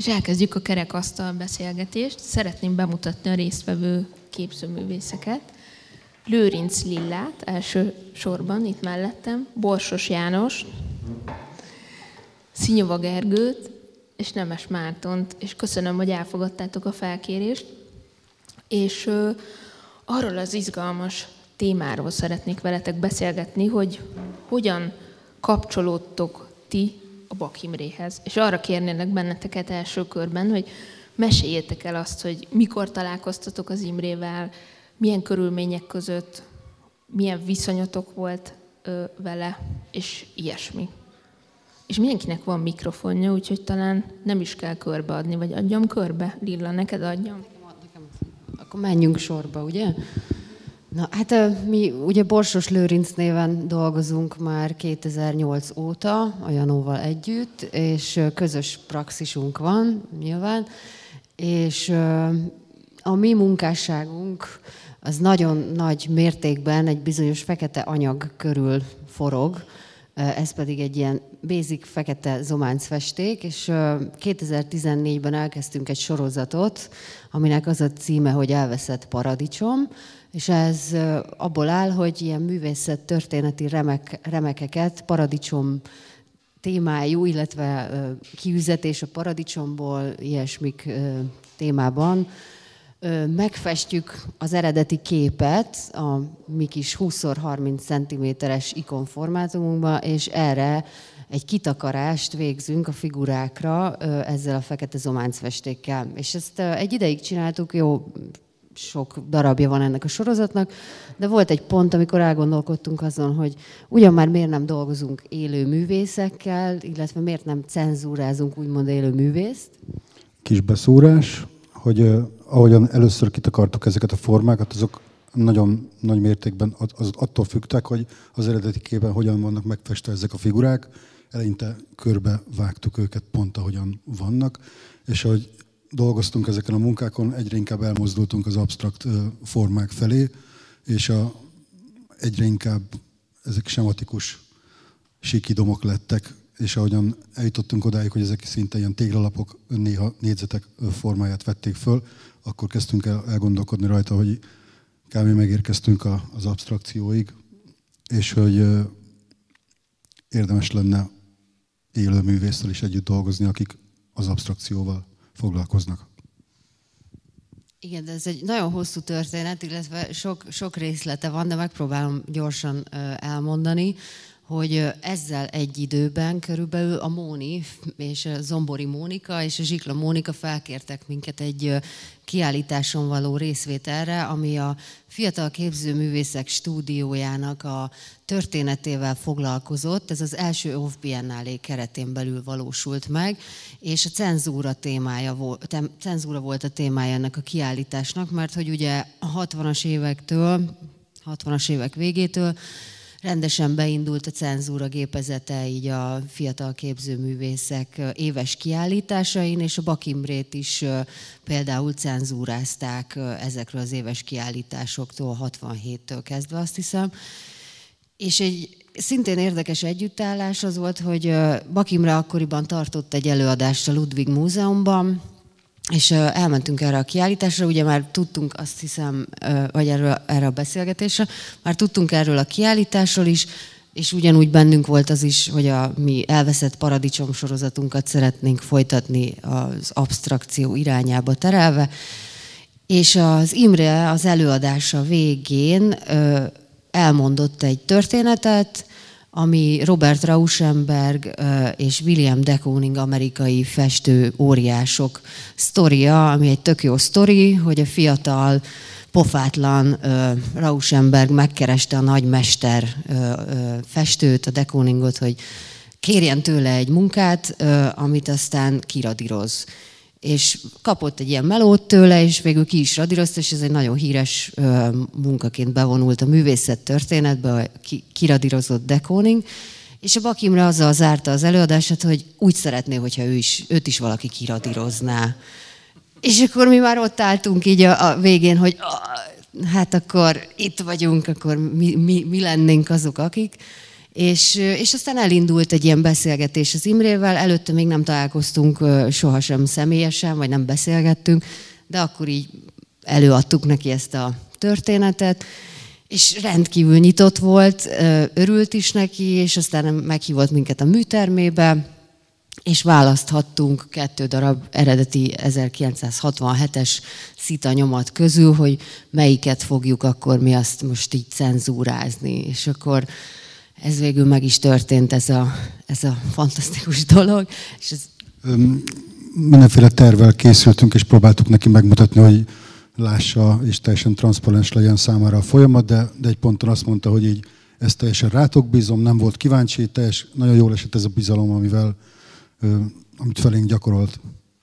És elkezdjük a kerekasztal beszélgetést. Szeretném bemutatni a résztvevő képzőművészeket. Lőrinc Lillát első sorban, itt mellettem, Borsos János, Szinyova Gergőt és Nemes Mártont, és köszönöm, hogy elfogadtátok a felkérést. És arról az izgalmas témáról szeretnék veletek beszélgetni, hogy hogyan kapcsolódtok ti a Bak Imréhez. És arra kérnélek benneteket első körben, hogy meséljétek el azt, hogy mikor találkoztatok az Imrével, milyen körülmények között, milyen viszonyotok volt vele, és ilyesmi. És mindenkinek van mikrofonja, úgyhogy talán nem is kell körbeadni, vagy adjam körbe? Lilla, neked adjam? Akkor menjünk sorba, ugye? Na, hát mi ugye Borsos Lőrinc néven dolgozunk már 2008 óta, a Janóval együtt, és közös praxisunk van, nyilván, és a mi munkásságunk az nagyon nagy mértékben egy bizonyos fekete anyag körül forog, ez pedig egy ilyen basic fekete zománcfesték, és 2014-ben elkezdtünk egy sorozatot, aminek az a címe, hogy Elveszett paradicsom, és ez abból áll, hogy ilyen művészet történeti remekeket, paradicsom témájú, illetve kiüzetés a paradicsomból, ilyesmik témában, megfestjük az eredeti képet a mi kis 20x30 cm-es ikonformátumunkba, és erre egy kitakarást végzünk a figurákra ezzel a fekete zománcfestékkel. És ezt egy ideig csináltuk, jó, sok darabja van ennek a sorozatnak, de volt egy pont, amikor elgondolkodtunk azon, hogy ugyan már miért nem dolgozunk élő művészekkel, illetve miért nem cenzúrázunk úgymond élő művészt. Kis beszúrás, hogy ahogyan először kitakartuk ezeket a formákat, azok nagyon nagy mértékben attól függtek, hogy az eredeti képen hogyan vannak megfestve ezek a figurák. Eleinte körbe vágtuk őket pont ahogyan vannak, és ahogy dolgoztunk ezeken a munkákon, egyre inkább elmozdultunk az absztrakt formák felé, és egyre inkább ezek sematikus síkidomok lettek, és ahogyan eljutottunk odáig, hogy ezek szinte ilyen téglalapok, néha négyzetek formáját vették föl, akkor kezdtünk el elgondolkodni rajta, hogy kb. Megérkeztünk az absztrakcióig, és hogy érdemes lenne élő művésszel is együtt dolgozni, akik az absztrakcióval foglalkoznak. Igen, de ez egy nagyon hosszú történet, illetve sok részlete van, de megpróbálom gyorsan elmondani, hogy ezzel egy időben körülbelül a Móni és a Zombori Mónika és a Zsikla Mónika felkértek minket egy kiállításon való részvételre, ami a Fiatal Képzőművészek Stúdiójának a történetével foglalkozott. Ez az első OFF Biennálé keretén belül valósult meg, és a cenzúra volt a témája ennek a kiállításnak, mert hogy ugye a 60-as évek végétől rendesen beindult a cenzúra gépezete így a fiatal képzőművészek éves kiállításain, és a Bak Imrét is például cenzúrázták ezekről az éves kiállításoktól, 67-től kezdve, azt hiszem. És egy szintén érdekes együttállás az volt, hogy Bak Imre akkoriban tartott egy előadást a Ludwig Múzeumban, és elmentünk erre a kiállításra, ugye már tudtunk, azt hiszem, vagy erre a beszélgetésre, már tudtunk erről a kiállításról is, és ugyanúgy bennünk volt az is, hogy a mi Elveszett paradicsom sorozatunkat szeretnénk folytatni az absztrakció irányába terelve, és az Imre az előadása végén elmondott egy történetet, ami Robert Rauschenberg és William de Kooning amerikai festő óriások sztoria, ami egy tök jó sztori, hogy a fiatal, pofátlan Rauschenberg megkereste a nagymester festőt, a de Kooningot, hogy kérjen tőle egy munkát, amit aztán kiradíroz. És kapott egy ilyen melót tőle, és végül ki is radírozta, és ez egy nagyon híres munkaként bevonult a művészet történetbe, kiradírozott de Kooning, és a Bak Imre azzal zárta az előadását, hogy úgy szeretné, hogyha őt is valaki kiradírozná. És akkor mi már ott álltunk így a végén, hogy hát akkor itt vagyunk, akkor mi lennénk azok, akik. És aztán elindult egy ilyen beszélgetés az Imrével, előtte még nem találkoztunk sohasem személyesen, vagy nem beszélgettünk, de akkor így előadtuk neki ezt a történetet, és rendkívül nyitott volt, örült is neki, és aztán meghívott minket a műtermébe, és választhattunk 2 darab eredeti 1967-es szita nyomat közül, hogy melyiket fogjuk akkor mi azt most így cenzúrázni. És akkor ez végül meg is történt, ez a fantasztikus dolog. És ez... Mindenféle tervvel készültünk, és próbáltuk neki megmutatni, hogy lássa, és teljesen transzparens legyen számára a folyamat, de egy ponton azt mondta, hogy így ezt teljesen rátok bízom, nem volt kíváncsi, nagyon jól esett ez a bizalom, amit felénk gyakorolt.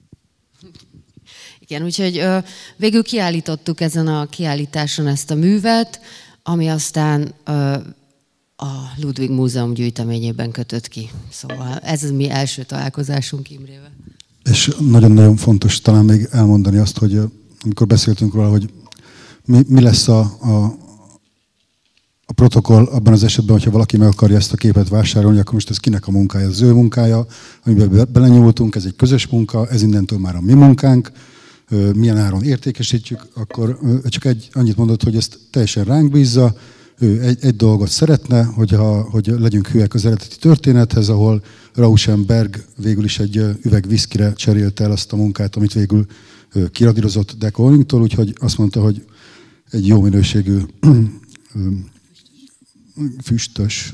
Igen, úgyhogy végül kiállítottuk ezen a kiállításon ezt a művet, ami aztán a Ludwig Múzeum gyűjteményében kötött ki. Szóval ez az mi első találkozásunk Imrével. És nagyon-nagyon fontos talán még elmondani azt, hogy amikor beszéltünk róla, hogy mi lesz a protokoll abban az esetben, hogyha valaki meg akarja ezt a képet vásárolni, akkor most ez kinek a munkája? Ez az ő munkája, amiben belenyúltunk, ez egy közös munka, ez innentől már a mi munkánk, milyen áron értékesítjük, akkor csak annyit mondott, hogy ezt teljesen ránk bízza, ő egy dolgot szeretne, hogy legyünk hülyek az eredeti történethez, ahol Rauschenberg végül is egy üveg viszkire cserélte el azt a munkát, amit végül kiradírozott De Koning-tól, úgyhogy azt mondta, hogy egy jó minőségű füstös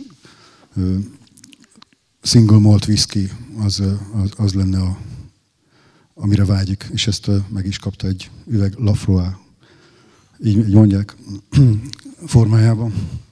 single malt whisky az lenne, amire vágyik, és ezt meg is kapta egy üveg Lafroy, így mondják, formájában.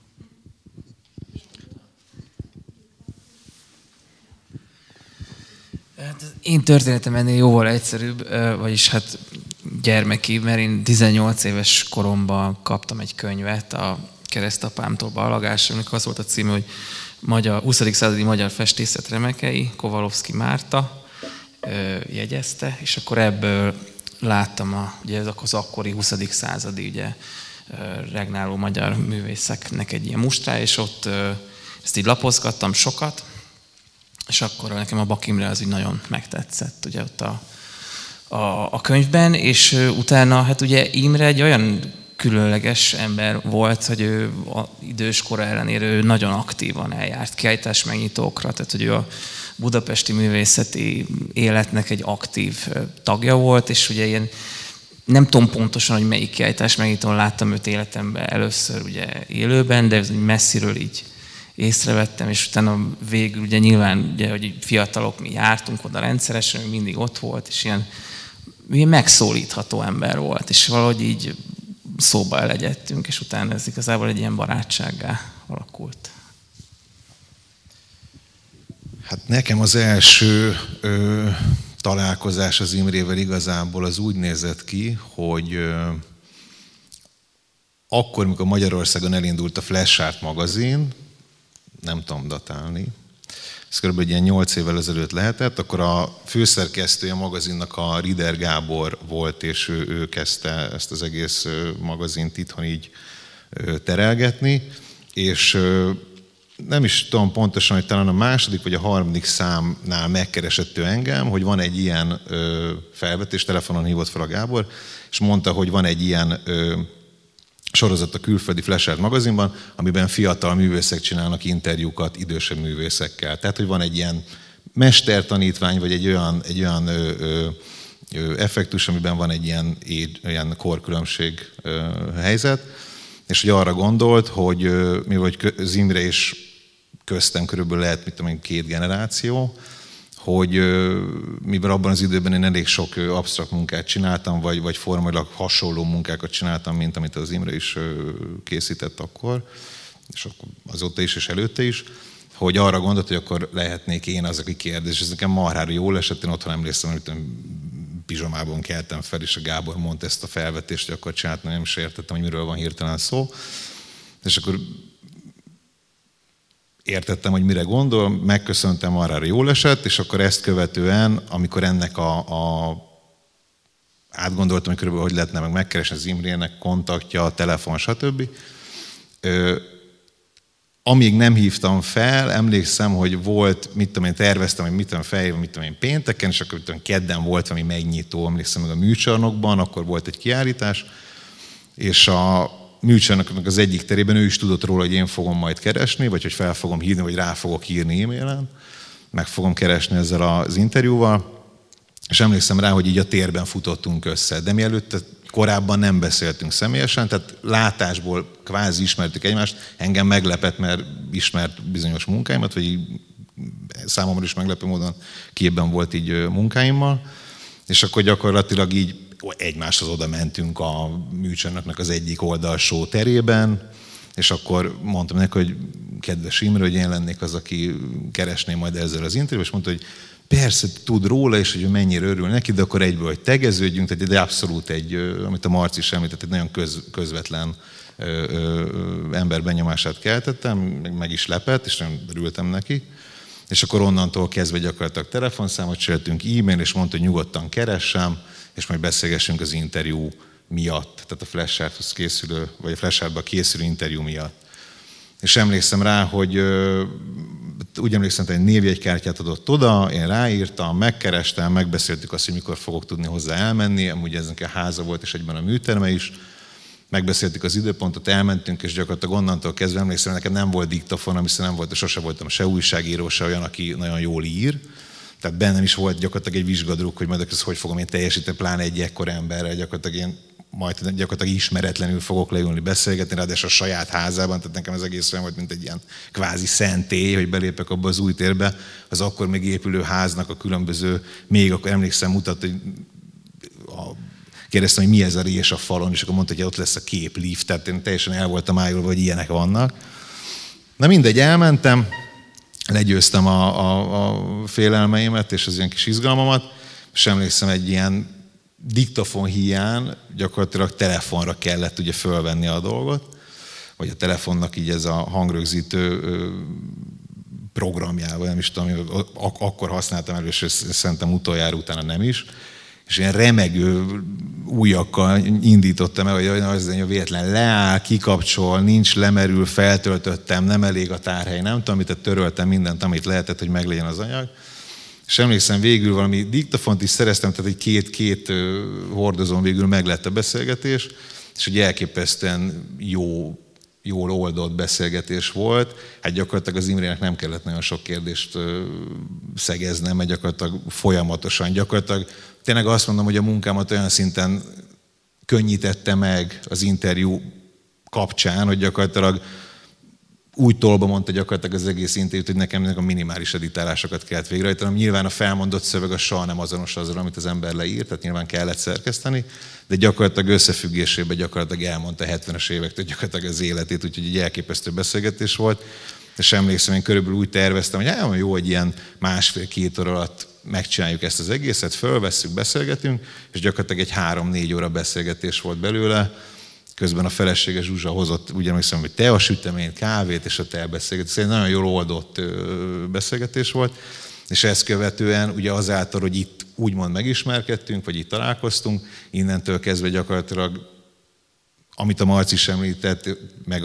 Hát az én történetem ennél jóval egyszerűbb, vagyis hát gyermeki, mert én 18 éves koromban kaptam egy könyvet a keresztapámtól, Ballagásra, amikor az volt a címe, hogy 20. századi magyar festészet remekei, Kovalovszki Márta jegyezte, és akkor ebből láttam ugye ez az akkori 20. századi ugye, regnáló magyar művészeknek egy ilyen mustrája, és ott ezt így lapozgattam sokat, és akkor nekem a Bak Imre az így nagyon megtetszett ugye ott a könyvben, és utána hát ugye Imre egy olyan különleges ember volt, hogy ő idős kora ellenére ő nagyon aktívan eljárt kiállítás megnyitókra, tehát hogy ő a budapesti művészeti életnek egy aktív tagja volt, és ugye ilyen nem tudom pontosan, hogy melyik kiállítás megnyitón láttam őt életemben először ugye élőben, de messziről így észrevettem, és utána végül ugye nyilván, ugye, hogy fiatalok mi jártunk oda rendszeresen, ő mindig ott volt, és ilyen megszólítható ember volt, és valahogy így szóba elegyedtünk, és utána ez igazából egy ilyen barátsággá alakult. Hát nekem az első találkozás az Imrével igazából az úgy nézett ki, hogy akkor, mikor Magyarországon elindult a Flash Art magazin, nem tudom datálni, ez kb. Ilyen 8 évvel ezelőtt lehetett, akkor a főszerkesztője a magazinnak a Rieder Gábor volt, és ő kezdte ezt az egész magazint itthon így terelgetni, és nem is tudom pontosan, hogy talán a második vagy a harmadik számnál megkeresett ő engem, hogy van egy ilyen felvetés, telefonon hívott fel a Gábor, és mondta, hogy van egy ilyen sorozat a külföldi Flash Art magazinban, amiben fiatal művészek csinálnak interjúkat idősebb művészekkel. Tehát, hogy van egy ilyen mestertanítvány, vagy egy olyan effektus, amiben van egy ilyen korkülönbség helyzet, és hogy arra gondolt, hogy mivel az Imre és köztem körülbelül lehet, mit tudom én, 2 generáció, hogy mivel abban az időben én elég sok absztrakt munkát csináltam, vagy formailag hasonló munkákat csináltam, mint amit az Imre is készített akkor, és akkor azóta is, és előtte is, hogy arra gondolt, hogy akkor lehetnék én az, aki kérdez. És ez nekem marhára jól esett, én otthon emlékszem, hogy pizsamában keltem fel, és a Gábor mondta ezt a felvetést, hogy akkor csináltam, nem is értettem, hogy miről van hirtelen szó. És akkor értettem, hogy mire gondol, megköszöntem, marhára jól esett, és akkor ezt követően, amikor ennek átgondoltam, hogy körülbelül hogy lehetne meg megkeresni az Imrének kontaktja, telefon, stb. amíg nem hívtam fel, emlékszem, hogy volt, terveztem, hogy felhívom, pénteken, és akkor kedden volt valami megnyitó, emlékszem meg a műcsarnokban, akkor volt egy kiállítás, és a műcsarnoknak az egyik terében ő is tudott róla, hogy én fogom majd keresni, vagy hogy fel fogom hívni, vagy rá fogok írni e-mailen, meg fogom keresni ezzel az interjúval, és emlékszem rá, hogy így a térben futottunk össze. De mielőtt korábban nem beszéltünk személyesen, tehát látásból kvázi ismertük egymást, engem meglepett, mert ismert bizonyos munkáimat, vagy számomra is meglepő módon képben volt így munkáimmal, és akkor gyakorlatilag így egymáshoz oda mentünk a műcsarnoknak az egyik oldalsó terében, és akkor mondtam neki, hogy kedves Imre, hogy én lennék az, aki keresné majd ezzel az interjúval, és mondta, hogy persze tud róla, és hogy mennyire örül neki, de akkor egyből, hogy tegeződjünk, tehát egy abszolút amit a Marci is említett, egy nagyon közvetlen ember benyomását keltettem, meg is lepett, és nagyon örültem neki. És akkor onnantól kezdve gyakorlatilag telefonszámot cseréltünk, e-mail, és mondta, hogy nyugodtan keressem, és majd beszélgessünk az interjú miatt, tehát a Flashardhoz készülő, vagy a Flashardba készülő interjú miatt. És emlékszem rá, hogy úgy emlékszem, hogy egy névjegykártyát adott oda, én ráírtam, megkerestem, megbeszéltük azt, hogy mikor fogok tudni hozzá elmenni, amúgy ezen a háza volt, és egyben a műterme is. Megbeszéltük az időpontot, elmentünk, és gyakorlatilag onnantól kezdve emlékszem, nekem nem volt diktafonom, hiszen nem volt, sose voltam se újságíró, se olyan, aki nagyon jól ír. Tehát bennem is volt gyakorlatilag egy vizsgadruk, hogy majd ezt hogy fogom én teljesíteni, pláne egy ekkor emberrel, gyakorlatilag ismeretlenül fogok leülni, beszélgetni, ráadásul a saját házában, tehát nekem ez egész olyan volt, mint egy ilyen kvázi szentély, hogy belépek abba az új térbe, az akkor még épülő háznak a különböző, még akkor emlékszem mutat, hogy kérdeztem, hogy mi ez a rés a falon, és akkor mondta, hogy ott lesz a képlift, tehát én teljesen el voltam ájulva, hogy ilyenek vannak. Na mindegy, elmentem, legyőztem a félelmeimet és az ilyen kis izgalmamat, és emlékszem, egy ilyen diktafon hiány gyakorlatilag telefonra kellett ugye fölvenni a dolgot, vagy a telefonnak így ez a hangrögzítő programjával, nem is tudom, akkor használtam először, szerintem utoljára, utána nem is, és ilyen remegő ujjakkal indítottam el, hogy az véletlen leáll, kikapcsol, nincs, lemerül, feltöltöttem, nem elég a tárhely, nem tudom, amit töröltem mindent, amit lehetett, hogy meglegyen az anyag. És emlékszem, végül valami diktafont is szereztem, tehát egy két hordozón végül meg lett a beszélgetés, és egy elképesztően jól oldott beszélgetés volt. Hát gyakorlatilag az Imrének nem kellett nagyon sok kérdést szegeznem, mert gyakorlatilag folyamatosan, gyakorlatilag tényleg azt mondom, hogy a munkámat olyan szinten könnyítette meg az interjú kapcsán, hogy gyakorlatilag úgy tolba mondta gyakorlatilag az egész interjút, hogy nekem a minimális editálásokat kellett végrehajtanom. Nyilván a felmondott szöveg az soha nem azonos azzal, amit az ember leírt, tehát nyilván kellett szerkeszteni, de gyakorlatilag összefüggésében gyakorlatilag elmondta 70-es évektől gyakorlatilag az életét, úgyhogy egy elképesztő beszélgetés volt. És emlékszem, én körülbelül úgy terveztem, hogy jó, hogy ilyen 1,5-2 óra alatt megcsináljuk ezt az egészet, fölvesszük, beszélgetünk, és gyakorlatilag egy 3-4 óra beszélgetés volt belőle. Közben a felesége Zsuzsa hozott, úgy emlékszem, hogy teasüteményt, kávét, és ott elbeszélgetett. Ez egy nagyon jól oldott beszélgetés volt, és ezt követően ugye azáltal, hogy itt úgymond megismerkedtünk, vagy itt találkoztunk, innentől kezdve gyakorlatilag, amit a Marci is említett, meg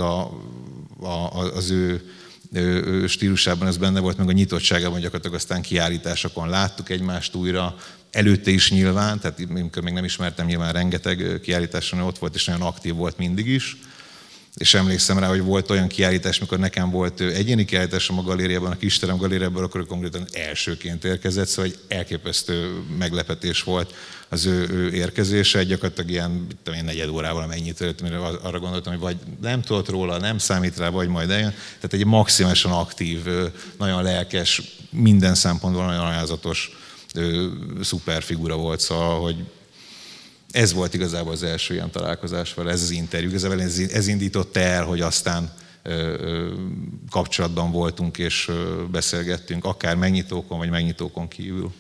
az ő stílusában ez benne volt, meg a nyitottságában gyakorlatilag aztán kiállításokon láttuk egymást újra, előtte is nyilván, tehát amikor még nem ismertem, nyilván rengeteg kiállításon ott volt, és nagyon aktív volt mindig is. És emlékszem rá, hogy volt olyan kiállítás, mikor nekem volt egyéni kiállításom a galériában, a Kisterem galériában, akkor konkrétan elsőként érkezett, szóval egy elképesztő meglepetés volt az ő érkezése, gyakorlatilag ilyen 4 órával mennyit előtt, mire arra gondoltam, hogy vagy nem tudott róla, nem számít rá, vagy majd eljön. Tehát egy maximálisan aktív, nagyon lelkes, minden szempontból nagyon alázatos szuper figura volt, szóval, hogy ez volt igazából az első ilyen találkozás vele, ez az interjú. Igazából ez indította el, hogy aztán kapcsolatban voltunk és beszélgettünk, akár megnyitókon, vagy megnyitókon kívül.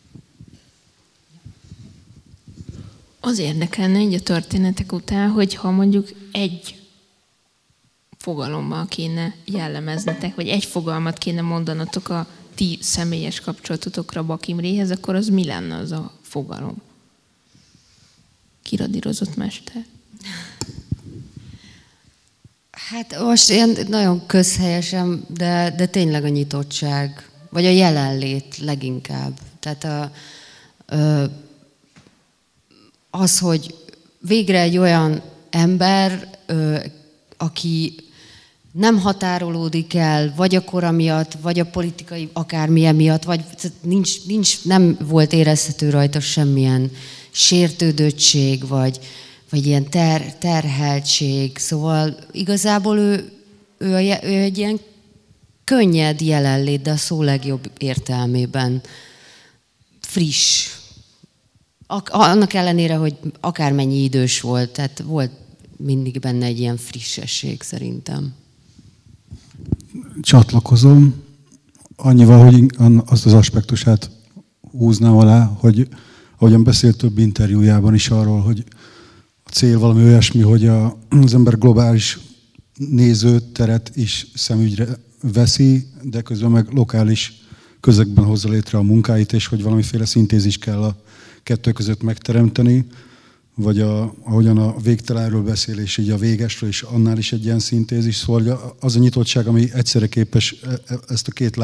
Az érdekelne így a történetek után, hogy ha mondjuk egy fogalommal kéne jellemeznetek, vagy egy fogalmat kéne mondanatok a ti személyes kapcsolatotokra Bak Imréhez, akkor az mi lenne az a fogalom? Kiradírozott mester. Hát most ilyen nagyon közhelyesen, de tényleg a nyitottság, vagy a jelenlét leginkább. Tehát az, hogy végre egy olyan ember, aki nem határolódik el, vagy a kora miatt, vagy a politikai akármilyen miatt, vagy nem volt érezhető rajta semmilyen sértődöttség, vagy ilyen terheltség. Szóval igazából ő egy ilyen könnyed jelenlét, de a szó legjobb értelmében friss. Annak ellenére, hogy akármennyi idős volt, tehát volt mindig benne egy ilyen frissesség szerintem. Csatlakozom. Annyival, hogy azt az aspektusát húznám alá, hogy ahogyan beszélt több interjújában is arról, hogy a cél valami olyasmi, hogy az ember globális nézőteret is szemügyre veszi, de közben meg lokális közegben hozza létre a munkáit, és hogy valamiféle szintézis kell a kettő között megteremteni, vagy ahogyan a végtelenről beszél, és így a végesről, és annál is egy ilyen szintézis. Szóval az a nyitottság, ami egyszerre képes ezt a két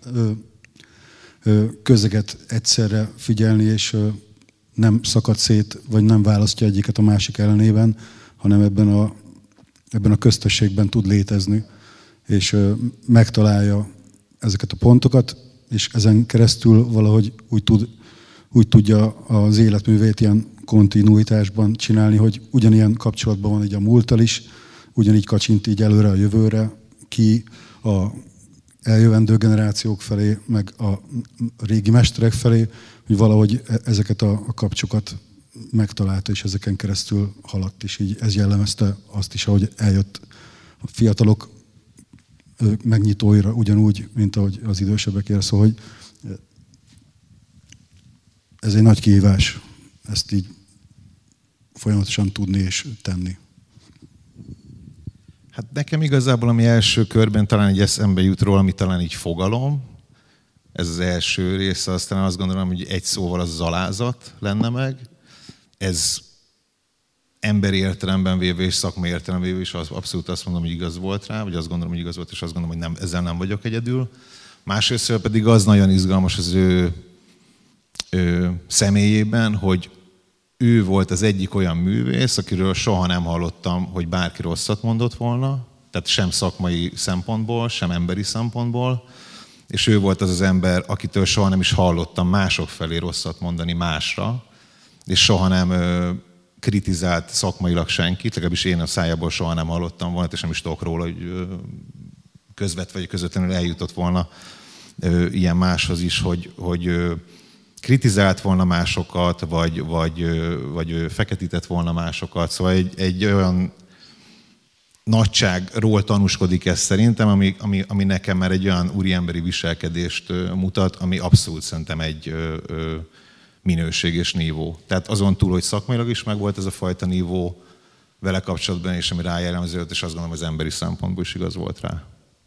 közeget egyszerre figyelni, és nem szakad szét, vagy nem választja egyiket a másik ellenében, hanem ebben a köztösségben tud létezni, és megtalálja ezeket a pontokat, és ezen keresztül valahogy úgy tudja az életművét ilyen kontinuitásban csinálni, hogy ugyanilyen kapcsolatban van így a múlttal is, ugyanígy kacsint így előre a jövőre, ki a eljövendő generációk felé, meg a régi mesterek felé, hogy valahogy ezeket a kapcsokat megtalálta, és ezeken keresztül haladt, és így ez jellemezte azt is, ahogy eljött a fiatalok megnyitóira ugyanúgy, mint ahogy az idősebbekére. Szóval, hogy ez egy nagy kihívás, ezt így folyamatosan tudni és tenni. Hát nekem igazából, ami első körben talán egy eszembe jut róla, ami talán így fogalom, ez az első része, aztán azt gondolom, hogy egy szóval az alázat lenne meg. Ez emberi értelemben véve és szakmai értelemben véve is abszolút azt mondom, hogy igaz volt rá, vagy azt gondolom, hogy igaz volt, és azt gondolom, hogy ezzel nem vagyok egyedül. Másrészt pedig az nagyon izgalmas az ő személyében, hogy ő volt az egyik olyan művész, akiről soha nem hallottam, hogy bárki rosszat mondott volna, tehát sem szakmai szempontból, sem emberi szempontból, és ő volt az az ember, akitől soha nem is hallottam mások felé rosszat mondani másra, és soha nem kritizált szakmailag senkit, legalábbis én a szájából soha nem hallottam volna, és nem is tudok róla, hogy közvetve vagy közvetlenül eljutott volna ilyen máshoz is, hogy kritizált volna másokat, vagy feketített volna másokat. Szóval egy olyan nagyságról tanúskodik ez szerintem, ami nekem már egy olyan úriemberi viselkedést mutat, ami abszolút szerintem egy minőség és nívó. Tehát azon túl, hogy szakmailag is megvolt ez a fajta nívó vele kapcsolatban, és ami rájellemződött, és azt gondolom, az emberi szempontból is igaz volt rá.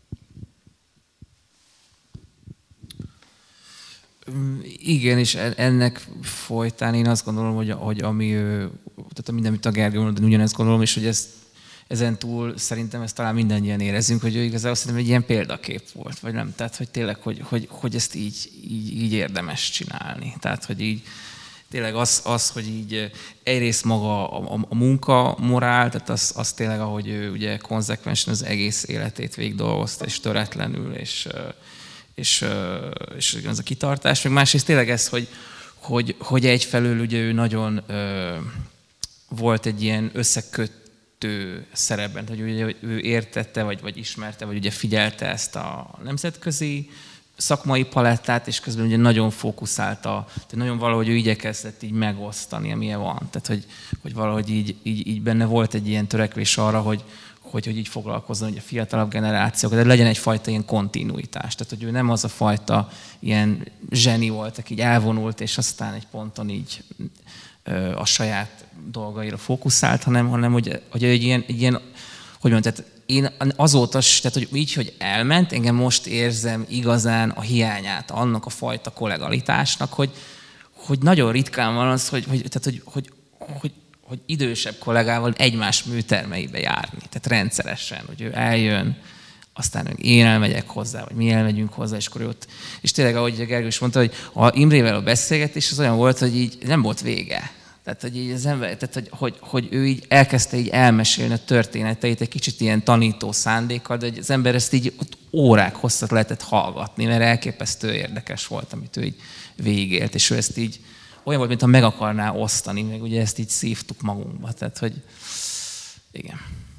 Igen, és ennek folytán én azt gondolom, hogy tehát minden, amit a Gergő mondani, ugyanezt gondolom, és hogy ezen túl szerintem ezt talán mindannyian érezzünk, hogy ő igazából szerintem egy ilyen példakép volt, vagy nem? Tehát, hogy tényleg, hogy ezt így érdemes csinálni. Tehát, hogy így tényleg az hogy így egyrészt maga a munka morál, tehát az tényleg, ahogy ő ugye konzekvensen az egész életét végigdolgozta, és töretlenül, és az a kitartás, meg másrészt tényleg ez, hogy egyfelől ugye ő nagyon volt egy ilyen összekötő szerepben, hogy ugye ő értette, vagy ismerte, vagy ugye figyelte ezt a nemzetközi szakmai palettát, és közben ugye nagyon fókuszálta, tehát nagyon valahogy ő igyekezett így megosztani, amilyen van. Tehát, hogy valahogy így benne volt egy ilyen törekvés arra, hogy így foglalkozzon hogy a fiatalabb generációk, de legyen egyfajta ilyen kontinuitás. Tehát, hogy ő nem az a fajta ilyen zseni volt, aki így elvonult, és aztán egy ponton így a saját dolgaira fókuszált, hanem hogy egy ilyen hogy mondjam, tehát én azóta, tehát hogy így, hogy elment, engem most érzem igazán a hiányát annak a fajta kollegalitásnak, hogy nagyon ritkán van az, hogy idősebb kollégával egymás műtermeibe járni. Tehát rendszeresen, hogy ő eljön, aztán én elmegyek hozzá, vagy mi elmegyünk hozzá, és akkor ott. És tényleg, ahogy a Gergő is mondta, hogy a Imrével a beszélgetés az olyan volt, hogy így nem volt vége. Tehát, hogy így az ember, tehát, hogy ő így elkezdte így elmesélni a történeteit egy kicsit ilyen tanító szándékkal, de az ember ezt így órák hosszat lehetett hallgatni, mert elképesztő érdekes volt, amit ő így végigélt, és ő ezt így olyan volt, mintha meg akarná osztani, meg ugye ezt így szívtuk magunkba. Tehát, hogy igen.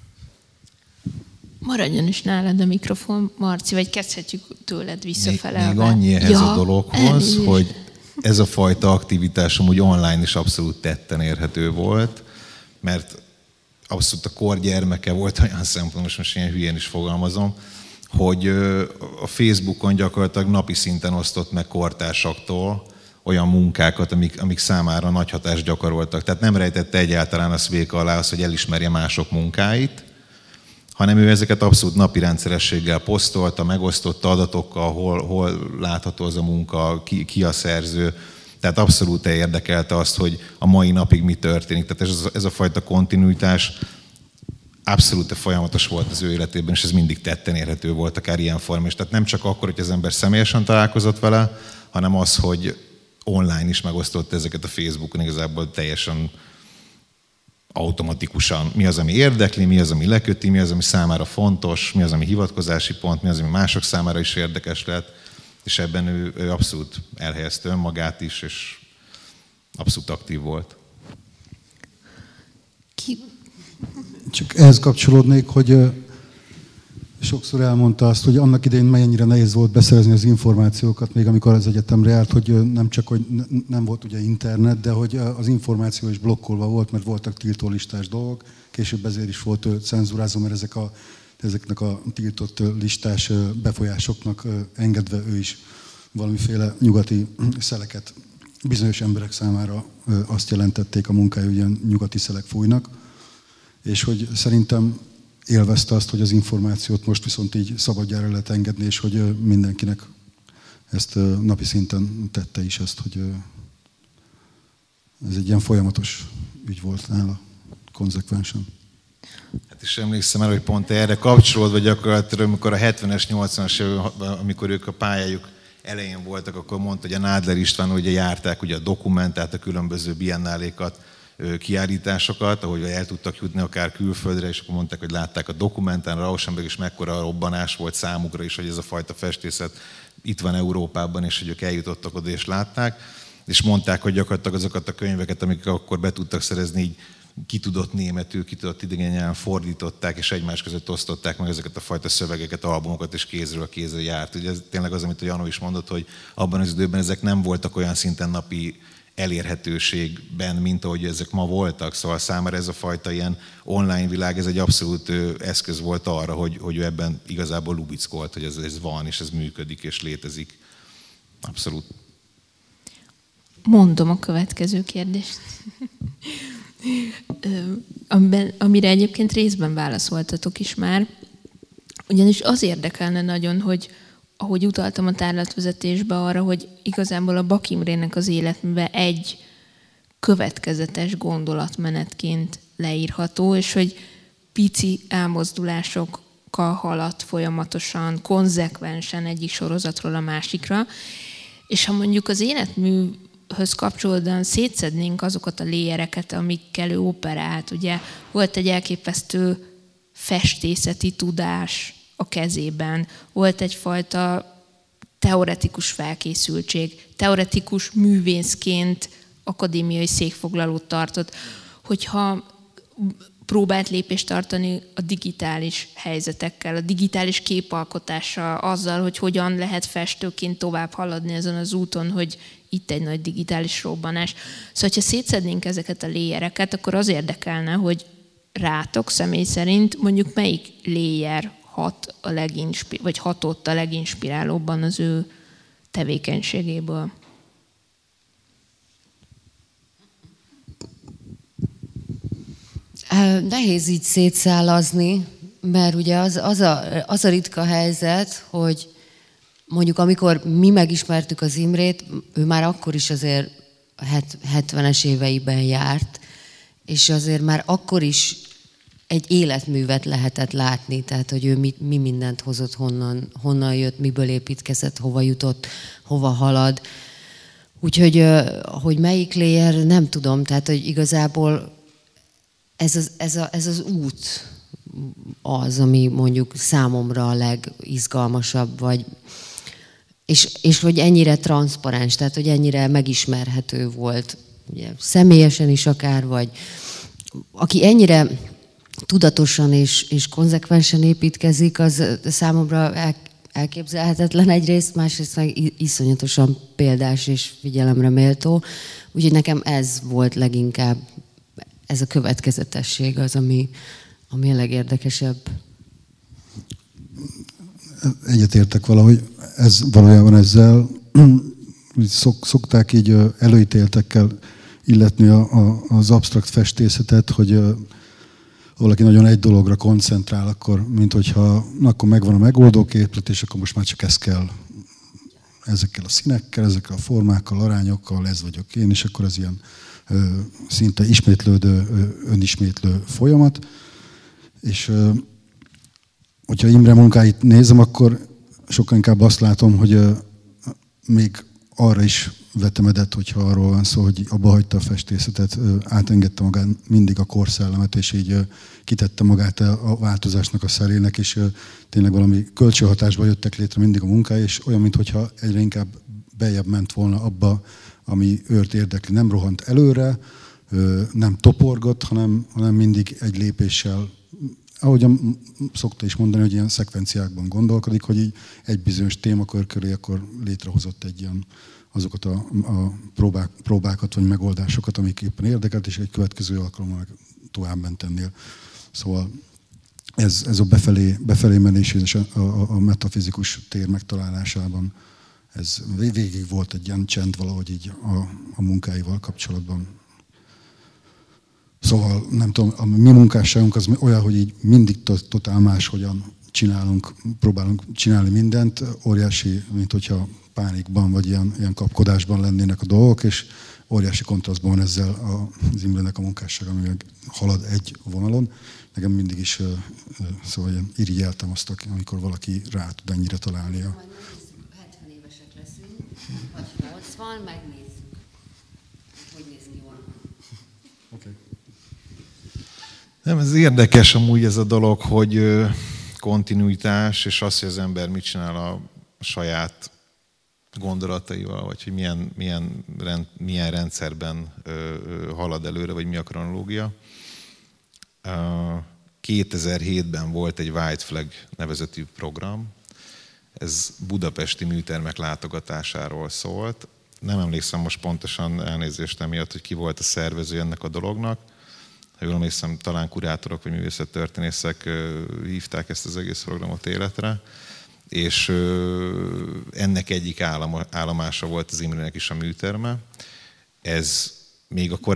Maradjon is nálad a mikrofon, Marci, vagy kezdhetjük tőled visszafele. Még annyi ehhez a dologhoz, hogy ez a fajta aktivitás amúgy online is abszolút tetten érhető volt, mert abszolút a kor gyermeke volt olyan szempontból, most ilyen hülyén is fogalmazom, hogy a Facebookon gyakorlatilag napi szinten osztott meg kortársaktól olyan munkákat, amik számára nagy hatást gyakoroltak. Tehát nem rejtette egyáltalán a szvéka alá az, hogy elismerje mások munkáit, hanem ő ezeket abszolút napi rendszerességgel posztolta, megosztotta adatokkal, hol látható az a munka, ki a szerző. Tehát abszolút érdekelte azt, hogy a mai napig mi történik. Tehát ez a fajta kontinuitás abszolút folyamatos volt az ő életében, és ez mindig tetten érhető volt, akár ilyen formában. Tehát nem csak akkor, hogy az ember személyesen találkozott vele, hanem az, hogy online is megosztotta ezeket a Facebookon, igazából teljesen automatikusan. Mi az, ami érdekli, mi az, ami leköti, mi az, ami számára fontos, mi az, ami hivatkozási pont, mi az, ami mások számára is érdekes lett, és ebben ő abszolút elhelyezte önmagát is, és abszolút aktív volt. Csak ehhez kapcsolódnék, hogy sokszor elmondta azt, hogy annak idején mennyire nehéz volt beszerezni az információkat, még amikor az egyetemre járt, hogy nem csak, hogy nem volt ugye internet, de hogy az információ is blokkolva volt, mert voltak tiltólistás dolgok. Később ezért is volt cenzúrázó, mert ezeknek a tiltott listás befolyásoknak engedve ő is valamiféle nyugati szeleket bizonyos emberek számára azt jelentették a munkája, hogy ilyen nyugati szelek fújnak. És hogy szerintem élvezte azt, hogy az információt most viszont így szabadjára lehet engedni, és hogy mindenkinek ezt napi szinten tette is ezt, hogy ez egy ilyen folyamatos ügy volt nála, konzekvensen. Hát is emlékszem el, hogy pont erre kapcsolódva gyakorlatilag, amikor a 70-es, 80-as években, amikor ők a pályájuk elején voltak, akkor mondta, hogy a Nádler István ugye járták ugye a dokumentált, a különböző biennálékat, kiállításokat, ahogy el tudtak jutni akár külföldre, és akkor mondták, hogy látták a dokumentán, Rauschenberg is mekkora robbanás volt számukra is, hogy ez a fajta festészet itt van Európában, és hogy ők eljutottak oda és látták, és mondták, hogy gyakorlatilag azokat a könyveket, amiket akkor be tudtak szerezni, így ki tudott németül, ki tudott idegen nyelven fordították, és egymás között osztották meg ezeket a fajta szövegeket, albumokat, és kézről kézre járt. Ugye ez tényleg az, amit a Janó is mondott, hogy abban az időben ezek nem voltak olyan szinten napi elérhetőségben, mint ahogy ezek ma voltak. Szóval számára ez a fajta ilyen online világ, ez egy abszolút eszköz volt arra, hogy ő ebben igazából lubickolt, hogy ez van, és ez működik, és létezik. Abszolút. Mondom a következő kérdést. Amire egyébként részben válaszoltatok is már. Ugyanis az érdekelne nagyon, hogy ahogy utaltam a tárlatvezetésbe arra, hogy igazából a Bak Imrének az életműve egy következetes gondolatmenetként leírható, és hogy pici elmozdulásokkal haladt folyamatosan, konzekvensen egyik sorozatról a másikra, és ha mondjuk az életműhöz kapcsolódóan szétszednénk azokat a léjereket, amikkel ő operált, ugye volt egy elképesztő festészeti tudás a kezében, volt egyfajta teoretikus felkészültség, teoretikus művészként akadémiai székfoglalót tartott, hogyha próbált lépést tartani a digitális helyzetekkel, a digitális képalkotással, azzal, hogy hogyan lehet festőként tovább haladni ezen az úton, hogy itt egy nagy digitális robbanás. Szóval, ha szétszednénk ezeket a léjereket, akkor az érdekelne, hogy rátok személy szerint mondjuk melyik léjer hatott a leginspirálóbban az ő tevékenységéből? Nehéz így szétszálazni, mert ugye az a ritka helyzet, hogy mondjuk amikor mi megismertük az Imrét, ő már akkor is azért 70-es éveiben járt, és azért már akkor is egy életművet lehetett látni, tehát hogy ő mi mindent hozott, honnan jött, miből építkezett, hova jutott, hova halad. Úgyhogy, hogy melyik layer, nem tudom, tehát hogy igazából ez az út az, ami mondjuk számomra a legizgalmasabb, vagy és hogy ennyire transzparens, tehát hogy ennyire megismerhető volt, ugye, személyesen is akár, vagy aki ennyire tudatosan és konzekvensen építkezik, az számomra elképzelhetetlen egyrészt, másrészt meg iszonyatosan példás és figyelemre méltó. Úgyhogy nekem ez volt leginkább, ez a következetesség az, ami a legérdekesebb. Egyetértek valahogy, ez valójában ezzel szokták így előítéltekkel illetni az absztrakt festészetet, hogy valaki nagyon egy dologra koncentrál, akkor, mint hogyha akkor megvan a megoldó képlet, és akkor most már csak ez kell. Ezekkel a színekkel, ezekkel a formákkal, arányokkal, ez vagyok én, és akkor az ilyen szinte ismétlődő, önismétlő folyamat. És hogyha Imre munkáit nézem, akkor sokkal inkább azt látom, hogy még arra is vetemedett, hogyha arról van szó, hogy abba hagyta a festészetet, átengedte magát mindig a korszellemet, és így kitette magát a változásnak a szerének, és tényleg valami kölcsönhatásban jöttek létre mindig a munkái, és olyan, mintha egyre inkább beljebb ment volna abba, ami őt érdekli. Nem rohant előre, nem toporgott, hanem mindig egy lépéssel, ahogyan szokta is mondani, hogy ilyen szekvenciákban gondolkodik, hogy így egy bizonyos témakör köré akkor létrehozott egy ilyen azokat a próbákat vagy megoldásokat, amik éppen érdekelt, és egy következő alkalommal tovább ment ennél. Szóval ez a befelé menés és a metafizikus tér megtalálásában ez végig volt egy ilyen csend valahogy így a munkáival kapcsolatban. Szóval nem tudom, a mi munkásságunk az olyan, hogy így mindig totál máshogyan próbálunk csinálni mindent, óriási, mint hogyha pánikban vagy ilyen kapkodásban lennének a dolgok, és óriási kontrasztban van ezzel az Imrének a munkássága, ami halad egy vonalon. Nekem mindig is szóval ilyen irigyeltem azt, amikor valaki rá tud ennyire találnia. Majd megnézzük, 70 évesek leszünk, vagy 80, megnézzük, hogy néz ki volna. Okay. Nem, ez érdekes amúgy ez a dolog, hogy kontinuitás, és az, hogy az ember mit csinál a saját gondolataival, vagy hogy milyen rendszerben halad előre, vagy mi a kronológia. 2007-ben volt egy White Flag nevezetű program. Ez budapesti műtermek látogatásáról szólt. Nem emlékszem most pontosan, elnézést emiatt, hogy ki volt a szervező ennek a dolognak. Ha jól emlékszem, talán kurátorok vagy művészettörténészek hívták ezt az egész programot életre. És ennek egyik állomása volt az Imrének is a műterme. Ez még a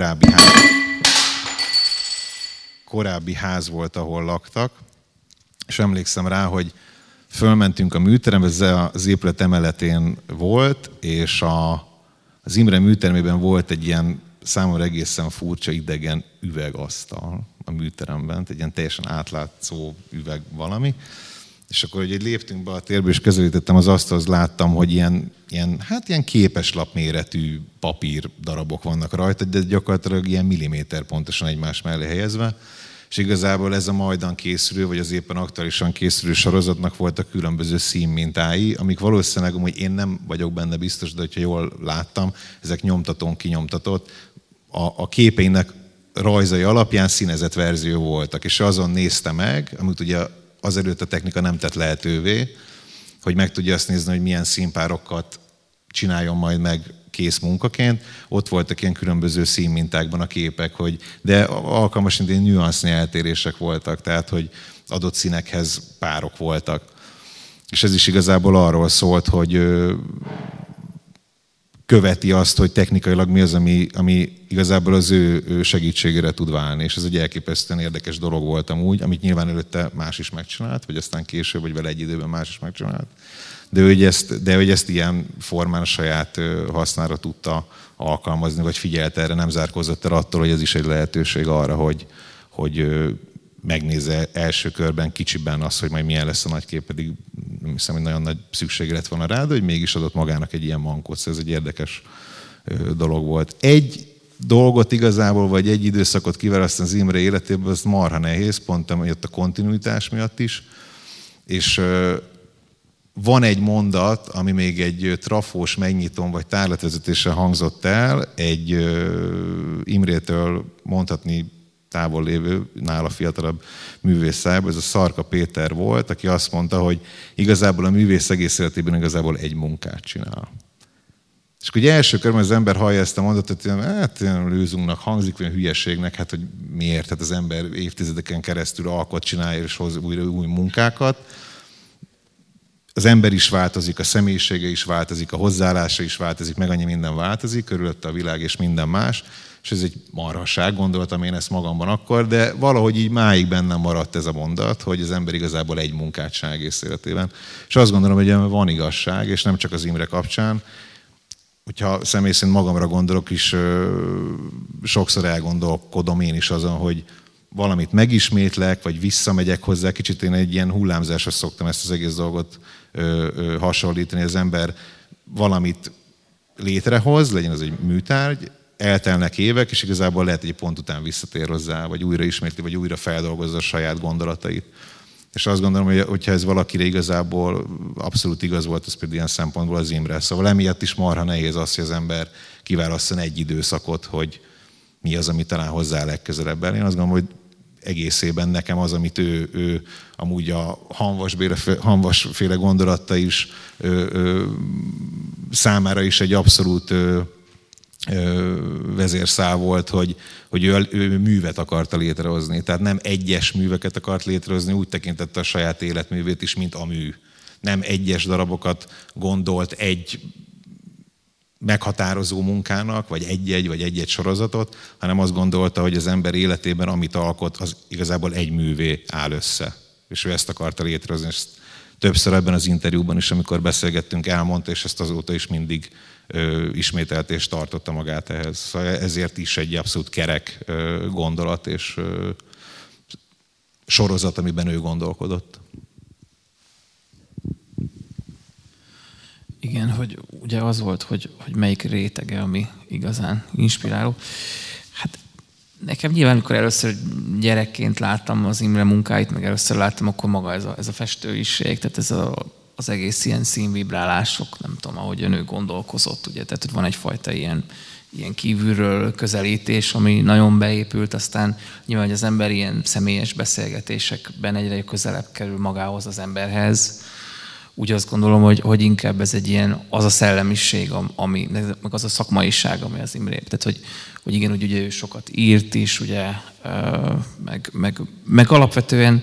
korábbi ház volt, ahol laktak, és emlékszem rá, hogy fölmentünk a műterembe, ez az épület emeletén volt, és az Imre műtermében volt egy ilyen számomra egészen furcsa idegen üvegasztal a műteremben, egy ilyen teljesen átlátszó üveg valami. És akkor, hogy léptünk be a térbe, és közelítettem az asztalhoz, láttam, hogy ilyen képeslap méretű papír darabok vannak rajta, de gyakorlatilag ilyen milliméter pontosan egymás mellé helyezve. És igazából ez a majdan készülő, vagy az éppen aktuálisan készülő sorozatnak voltak különböző színmintái, amik valószínűleg, hogy én nem vagyok benne biztos, de hogyha jól láttam, ezek nyomtatón kinyomtatott. A képeinek rajzai alapján színezett verzió voltak, és azon nézte meg, amit ugye azelőtt a technika nem tett lehetővé, hogy meg tudja azt nézni, hogy milyen színpárokat csináljon majd meg kész munkaként. Ott voltak ilyen különböző színmintákban a képek, de alkalmas ilyen nüansznyi eltérések voltak, tehát hogy adott színekhez párok voltak. És ez is igazából arról szólt, hogy követi azt, hogy technikailag mi az, ami igazából az ő segítségére tud válni. És ez egy elképesztően érdekes dolog volt amúgy, amit nyilván előtte más is megcsinált, vagy aztán később, vagy vele egy időben más is megcsinált. de hogy ezt ilyen formán a saját hasznára tudta alkalmazni, vagy figyelte erre, nem zárkózott el attól, hogy ez is egy lehetőség arra, hogy megnézze első körben, kicsiben azt, hogy majd milyen lesz a nagy kép, pedig nem hiszem, hogy nagyon nagy szüksége lett volna rá, de hogy mégis adott magának egy ilyen mankót, szóval ez egy érdekes dolog volt. Egy dolgot igazából, vagy egy időszakot kiválasztani az Imre életéből, az marha nehéz, pont amiatt a kontinuitás miatt is, és van egy mondat, ami még egy trafós megnyitón vagy tárlatvezetéssel hangzott el, egy Imrétől mondhatni távol lévő, nála fiatalabb művész szájából, ez a Szarka Péter volt, aki azt mondta, hogy igazából a művész egész életében igazából egy munkát csinál. És akkor ugye első körben az ember hallja ezt a mondatot, hogy hát lőzunknak hangzik, vagy hülyeségnek, hát hogy miért? Hát az ember évtizedeken keresztül alkot csinálja, és hoz új munkákat. Az ember is változik, a személyisége is változik, a hozzáállása is változik, meg annyi minden változik, körülötte a világ és minden más. És ez egy marhaság, gondoltam én ezt magamban akkor, de valahogy így máig bennem maradt ez a mondat, hogy az ember igazából egy munkát csinál egész életében. És azt gondolom, hogy van igazság, és nem csak az Imre kapcsán. Hogyha személy szerint magamra gondolok is, sokszor elgondolkodom én is azon, hogy valamit megismétlek, vagy visszamegyek hozzá. Kicsit én egy ilyen hullámzásra szoktam ezt az egész dolgot hasonlítani. Az ember valamit létrehoz, legyen az egy műtárgy, eltelnek évek, és igazából lehet, hogy egy pont után visszatér hozzá, vagy újra ismétli, vagy újra feldolgozza a saját gondolatait. És azt gondolom, hogyha ez valakire igazából abszolút igaz volt, az például ilyen szempontból az Imre. Szóval emiatt is marha nehéz az, hogy az ember kiválasszon egy időszakot, hogy mi az, ami talán hozzá legközelebb el. Én azt gondolom, hogy egészében nekem az, amit ő amúgy a Hanvasféle gondolata is számára is egy abszolút vezérszál volt, hogy ő művet akarta létrehozni. Tehát nem egyes műveket akart létrehozni, úgy tekintette a saját életművét is, mint a mű. Nem egyes darabokat gondolt egy meghatározó munkának, vagy egy-egy sorozatot, hanem azt gondolta, hogy az ember életében, amit alkot, az igazából egy művé áll össze. És ő ezt akarta létrehozni. És többször ebben az interjúban is, amikor beszélgettünk, elmondta, és ezt azóta is mindig ismételte és tartotta magát ehhez. Szóval ezért is egy abszolút kerek gondolat és sorozat, amiben ő gondolkodott. Igen, hogy ugye az volt, hogy melyik rétege, ami igazán inspiráló. Hát nekem nyilván, amikor először gyerekként láttam az Imre munkáit, meg először láttam, akkor maga ez a festőiség, tehát ez az egész ilyen színvibrálások, nem tudom, ahogy ő gondolkozott, ugye, tehát hogy van egyfajta ilyen kívülről közelítés, ami nagyon beépült, aztán nyilván, hogy az ember ilyen személyes beszélgetésekben egyre közelebb kerül magához, az emberhez. Úgy azt gondolom, hogy inkább ez egy ilyen, az a szellemiség, meg az a szakmaiság, ami az Imre. Tehát, hogy igen, hogy ugye ő sokat írt is, ugye, meg alapvetően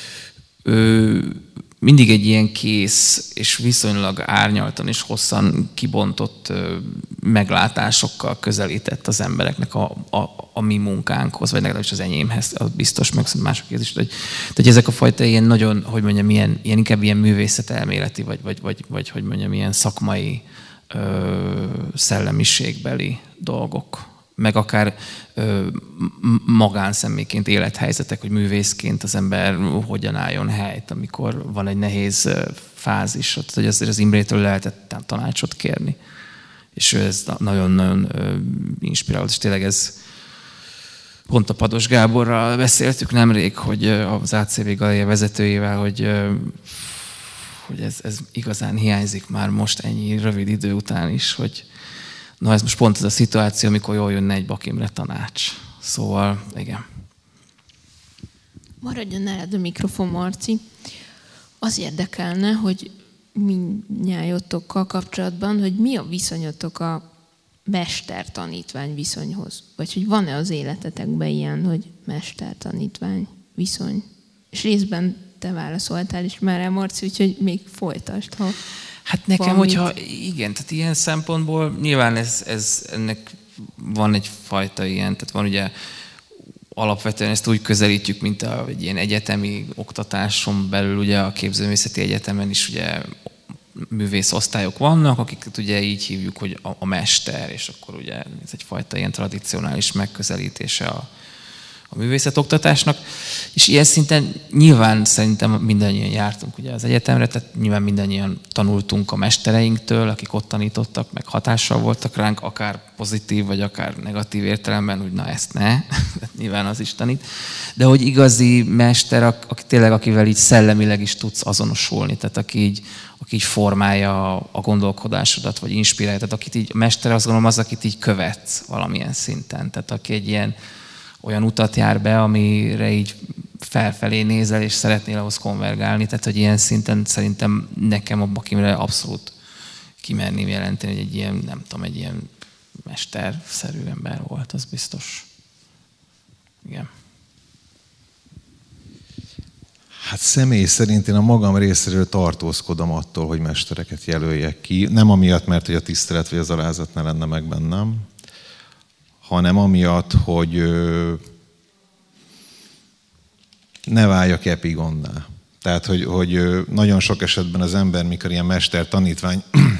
mindig egy ilyen kész és viszonylag árnyaltan és hosszan kibontott meglátásokkal közelített az embereknek a mi munkánkhoz, vagy legalábbis az enyémhez, az biztos, meg másokhoz is. Tehát ezek a fajta ilyen nagyon, hogy mondjam, ilyen inkább ilyen művészetelméleti, vagy hogy mondjam, ilyen szakmai szellemiségbeli dolgok, meg akár magánszemélyként élethelyzetek, hogy művészként az ember hogyan álljon helyt, amikor van egy nehéz fázis, hogy azért az Imrétől lehetett tanácsot kérni. És ő ez nagyon-nagyon inspiráló, és tényleg ez pont a Pados Gáborral beszéltük nemrég, hogy az ACV Galéria vezetőjével, hogy ez igazán hiányzik már most ennyi rövid idő után is, hogy na ez most pont ez a szituáció, amikor jól jönne egy Bak Imre tanács. Szóval, igen. Maradjon nálad a mikrofon, Marci. Az érdekelne, hogy mindnyájotokkal kapcsolatban, hogy mi a viszonyotok a mester-tanítvány viszonyhoz? Vagy hogy van-e az életetekben ilyen, hogy mester-tanítvány viszony? És részben te válaszoltál is már rá, Marci, úgyhogy még folytasd, ha... Hát nekem, hogyha igen, tehát ilyen szempontból nyilván ennek van egyfajta ilyen, tehát van ugye alapvetően ezt úgy közelítjük, mint egy ilyen egyetemi oktatáson belül, ugye a Képzőművészeti Egyetemen is ugye művészosztályok vannak, akiket ugye így hívjuk, hogy a mester, és akkor ugye ez egyfajta ilyen tradicionális megközelítése a művészetoktatásnak, és ilyen szinten nyilván szerintem mindannyian jártunk ugye az egyetemre, tehát nyilván mindannyian tanultunk a mestereinktől, akik ott tanítottak, meg hatással voltak ránk, akár pozitív, vagy akár negatív értelemben, úgy na ezt ne, nyilván az is tanít, de hogy igazi mester, aki tényleg, akivel így szellemileg is tudsz azonosulni, tehát aki így formálja a gondolkodásodat, vagy inspirálja, tehát akit így, a mester azt gondolom az, akit így követsz valamilyen szinten, tehát aki egy ilyen olyan utat jár be, amire így felfelé nézel, és szeretnél ahhoz konvergálni. Tehát, hogy ilyen szinten szerintem nekem a Bakimre abszolút kimerném jelenteni, hogy egy ilyen, nem tudom, egy ilyen mesterszerű ember volt, az biztos. Igen. Hát személy szerint én a magam részéről tartózkodom attól, hogy mestereket jelöljek ki. Nem amiatt, mert hogy a tisztelet vagy az alázat ne lenne meg bennem, hanem amiatt, hogy ne váljak epigonná. Tehát, hogy nagyon sok esetben az ember, mikor ilyen mester-tanítvány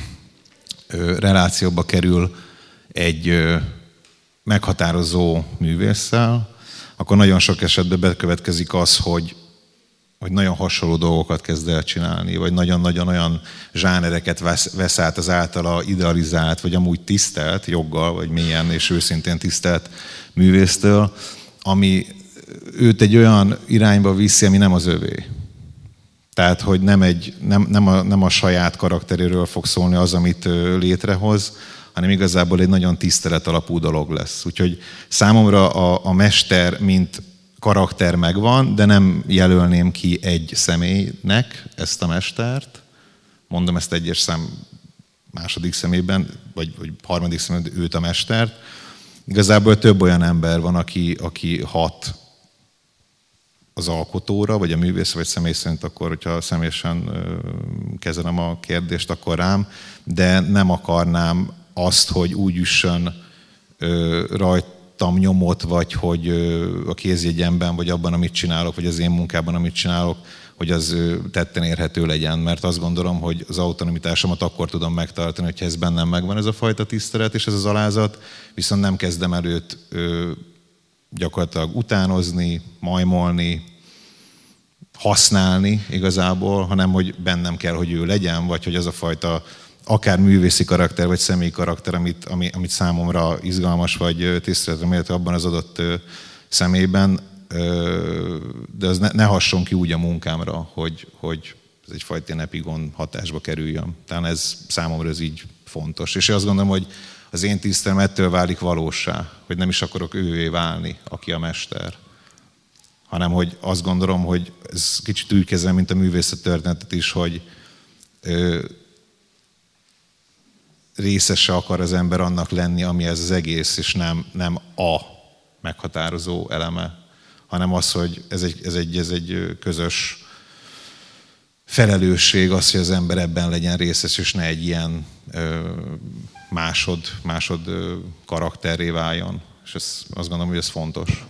relációba kerül egy meghatározó művésszel, akkor nagyon sok esetben bekövetkezik az, hogy nagyon hasonló dolgokat kezd el csinálni, vagy nagyon-nagyon olyan zsánereket vesz át az általa idealizált, vagy amúgy tisztelt, joggal, vagy mélyen és őszintén tisztelt művésztől, ami őt egy olyan irányba viszi, ami nem az övé. Tehát, hogy nem a saját karakteréről fog szólni az, amit létrehoz, hanem igazából egy nagyon tisztelet alapú dolog lesz. Úgyhogy számomra a mester, mint karakter megvan, de nem jelölném ki egy személynek ezt a mestert. Mondom ezt egyes szám második szemében, vagy harmadik szemében őt a mestert. Igazából több olyan ember van, aki hat az alkotóra, vagy a művész, vagy személy szerint akkor, hogyha személyesen kezelem a kérdést, akkor rám, de nem akarnám azt, hogy úgy üssön rajtam nyomot, vagy hogy a kézjegyemben, vagy abban, amit csinálok, vagy az én munkában, amit csinálok, hogy az tetten érhető legyen. Mert azt gondolom, hogy az autonomitásomat akkor tudom megtartani, hogyha ez bennem megvan, ez a fajta tisztelet és ez az alázat, viszont nem kezdem előtt gyakorlatilag utánozni, majmolni, használni igazából, hanem hogy bennem kell, hogy ő legyen, vagy hogy az a fajta akár művészi karakter, vagy személyi karakter, amit számomra izgalmas, vagy tiszteletre méltó abban az adott személyben, de az ne hasson ki úgy a munkámra, hogy ez egyfajta ilyen epigon hatásba kerüljön. Tehát ez számomra ez így fontos. És én azt gondolom, hogy az én tisztelem ettől válik valóssá, hogy nem is akarok ővé válni, aki a mester. Hanem, hogy azt gondolom, hogy ez kicsit úgy kezelem, mint a művészettörténetet is, hogy részese akar az ember annak lenni, ami ez az egész, és nem a meghatározó eleme, hanem az, hogy ez egy közös felelősség az, hogy az ember ebben legyen részes, és ne egy ilyen másod karakterré váljon. És azt gondolom, hogy ez fontos.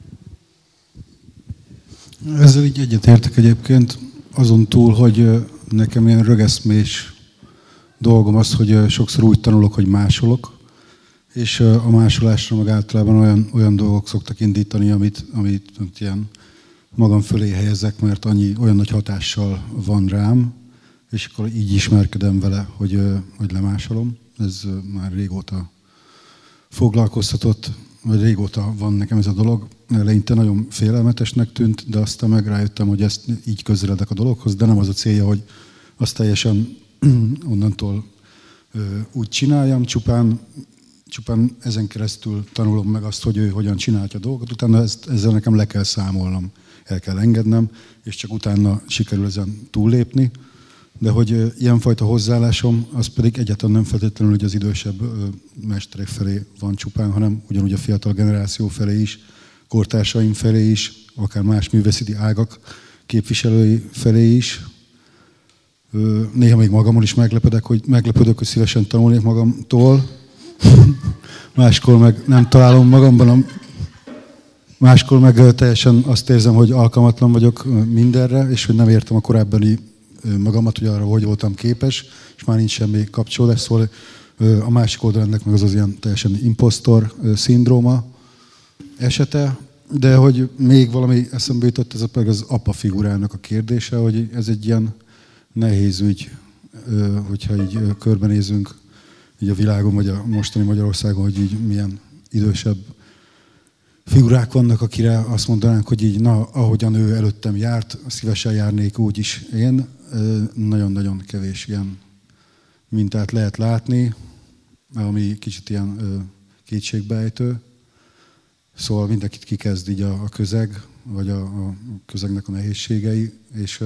Ezzel így egyetértek egyébként, azon túl, hogy nekem ilyen rögeszmés dolgom az, hogy sokszor úgy tanulok, hogy másolok, és a másolásra meg általában olyan dolgok szoktak indítani, amit ilyen magam fölé helyezek, mert olyan nagy hatással van rám, és akkor így ismerkedem vele, hogy lemásolom. Ez már régóta foglalkoztatott, vagy régóta van nekem ez a dolog. Eleinte nagyon félelmetesnek tűnt, de aztán meg rájöttem, hogy ezt így közeledek a dologhoz, de nem az a célja, hogy azt teljesen onnantól úgy csináljam, csupán ezen keresztül tanulom meg azt, hogy ő hogyan csinálja a dolgot, utána ezzel nekem le kell számolnom, el kell engednem, és csak utána sikerül ezen túllépni. De hogy ilyenfajta hozzáállásom, az pedig egyáltalán nem feltétlenül, hogy az idősebb mesterek felé van csupán, hanem ugyanúgy a fiatal generáció felé is, kortársaim felé is, akár más művészeti ágak képviselői felé is. Néha még magamon is meglepődök, hogy szívesen tanulnék magamtól. Máskor meg nem találom magamban, máskor meg teljesen azt érzem, hogy alkalmatlan vagyok mindenre, és hogy nem értem a korábbi magamat, hogy arra hogy voltam képes, és már nincs semmi kapcsolódás, szóval a másik oldal ennek meg az ilyen teljesen impostor szindróma esete, de hogy még valami eszembe jutott, ez az apa figurának a kérdése, hogy ez egy ilyen nehéz ügy, hogyha így körbenézünk így a világon, vagy a mostani Magyarországon, hogy így milyen idősebb figurák vannak, akire azt mondanánk, hogy így, na, ahogyan ő előttem járt, szívesen járnék úgy is én. Nagyon-nagyon kevés ilyen mintát lehet látni, ami kicsit ilyen kétségbeejtő. Szóval mindenkit kikezd így a közeg, vagy a közegnek a nehézségei, és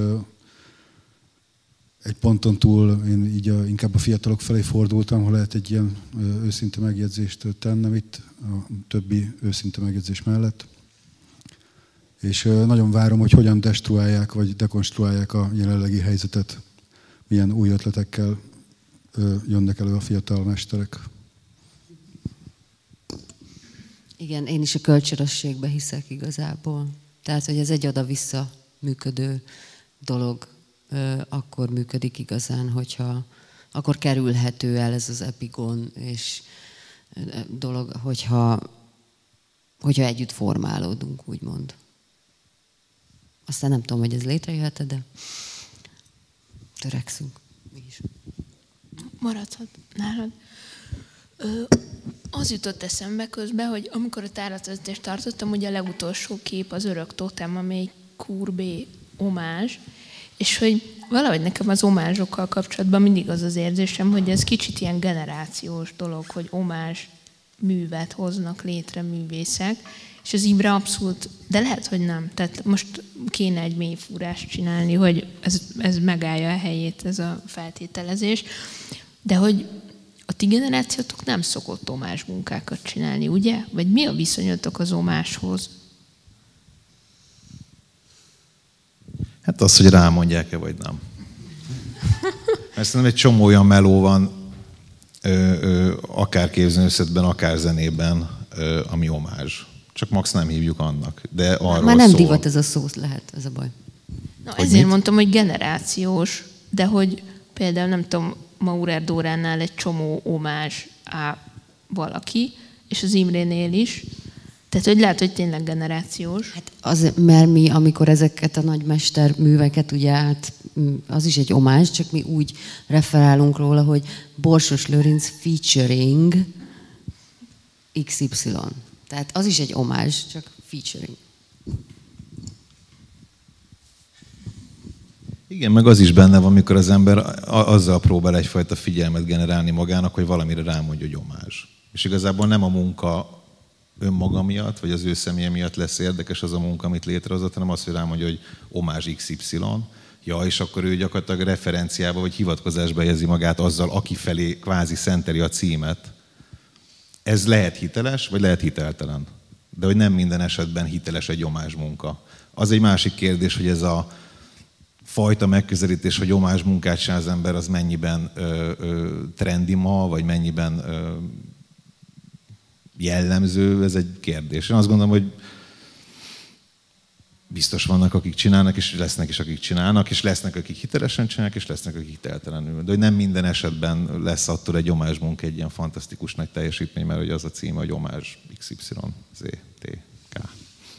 egy ponton túl én így inkább a fiatalok felé fordultam, ha lehet egy ilyen őszinte megjegyzést tennem itt, a többi őszinte megjegyzés mellett. És nagyon várom, hogy hogyan destruálják, vagy dekonstruálják a jelenlegi helyzetet, milyen új ötletekkel jönnek elő a fiatal mesterek. Igen, én is a kölcsönösségbe hiszek igazából. Tehát, hogy ez egy oda-vissza működő dolog, akkor működik igazán, hogyha akkor kerülhető el ez az epigon, és dolog, hogyha együtt formálódunk, úgymond. Aztán nem tudom, hogy ez létrejöhet, de törekszünk. Mégis. Maradhat nálad. Az jutott eszembe közben, hogy amikor a tárlatvezetést tartottam, ugye a legutolsó kép az örök totem, amely Courbet omázs, és hogy valahogy nekem az omázsokkal kapcsolatban mindig az az érzésem, hogy ez kicsit ilyen generációs dolog, hogy omázs művet hoznak létre művészek, és az Imre abszolút, de lehet, hogy nem. Tehát most kéne egy mély fúrást csinálni, hogy ez megállja a helyét, ez a feltételezés. De hogy a ti generációtok nem szokott omázs munkákat csinálni, ugye? Vagy mi a viszonyotok az omázshoz? Hát az, hogy rámondják-e, vagy nem. Mert szerintem egy csomó olyan meló van, akár képzőművészetben, akár zenében, ami omázs. Csak max nem hívjuk annak. De arról már nem szól. divat ez a szó, lehet, ez a baj. Na, ezért mondtam, hogy generációs, de hogy például nem tudom, Maurer Dóránál egy csomó omázs valaki, és az Imrénél is. Tehát, hogy lehet, hogy tényleg generációs. Hát az, mert mi, amikor ezeket a nagymester műveket, ugye az is egy omázs, csak mi úgy referálunk róla, hogy Borsos Lőrinc featuring XY. Tehát az is egy omázs, csak featuring. Igen, meg az is benne van, amikor az ember azzal próbál egyfajta figyelmet generálni magának, hogy valamire rámondja, hogy omázs. És igazából nem a munka önmaga miatt, vagy az ő személye miatt lesz érdekes az a munka, amit létrehozott, hanem az, hogy rámondja, hogy omázs XY. Ja, és akkor ő gyakorlatilag referenciába vagy hivatkozásba helyezi magát azzal, aki felé kvázi szenteli a címet. Ez lehet hiteles, vagy lehet hiteltelen. De hogy nem minden esetben hiteles egy omázs munka. Az egy másik kérdés, hogy ez a fajta megközelítés, hogy omázs munkát csinál az ember, az mennyiben trendi ma, vagy mennyiben jellemző, ez egy kérdés. Én azt gondolom, hogy biztos vannak, akik csinálnak, és lesznek is, akik csinálnak, és lesznek, akik hitelesen csinálnak, és lesznek, akik hiteltelenül. De hogy nem minden esetben lesz attól egy omázs munka egy ilyen fantasztikus nagy teljesítmény, mert hogy az a címe, hogy omázs XYZTK.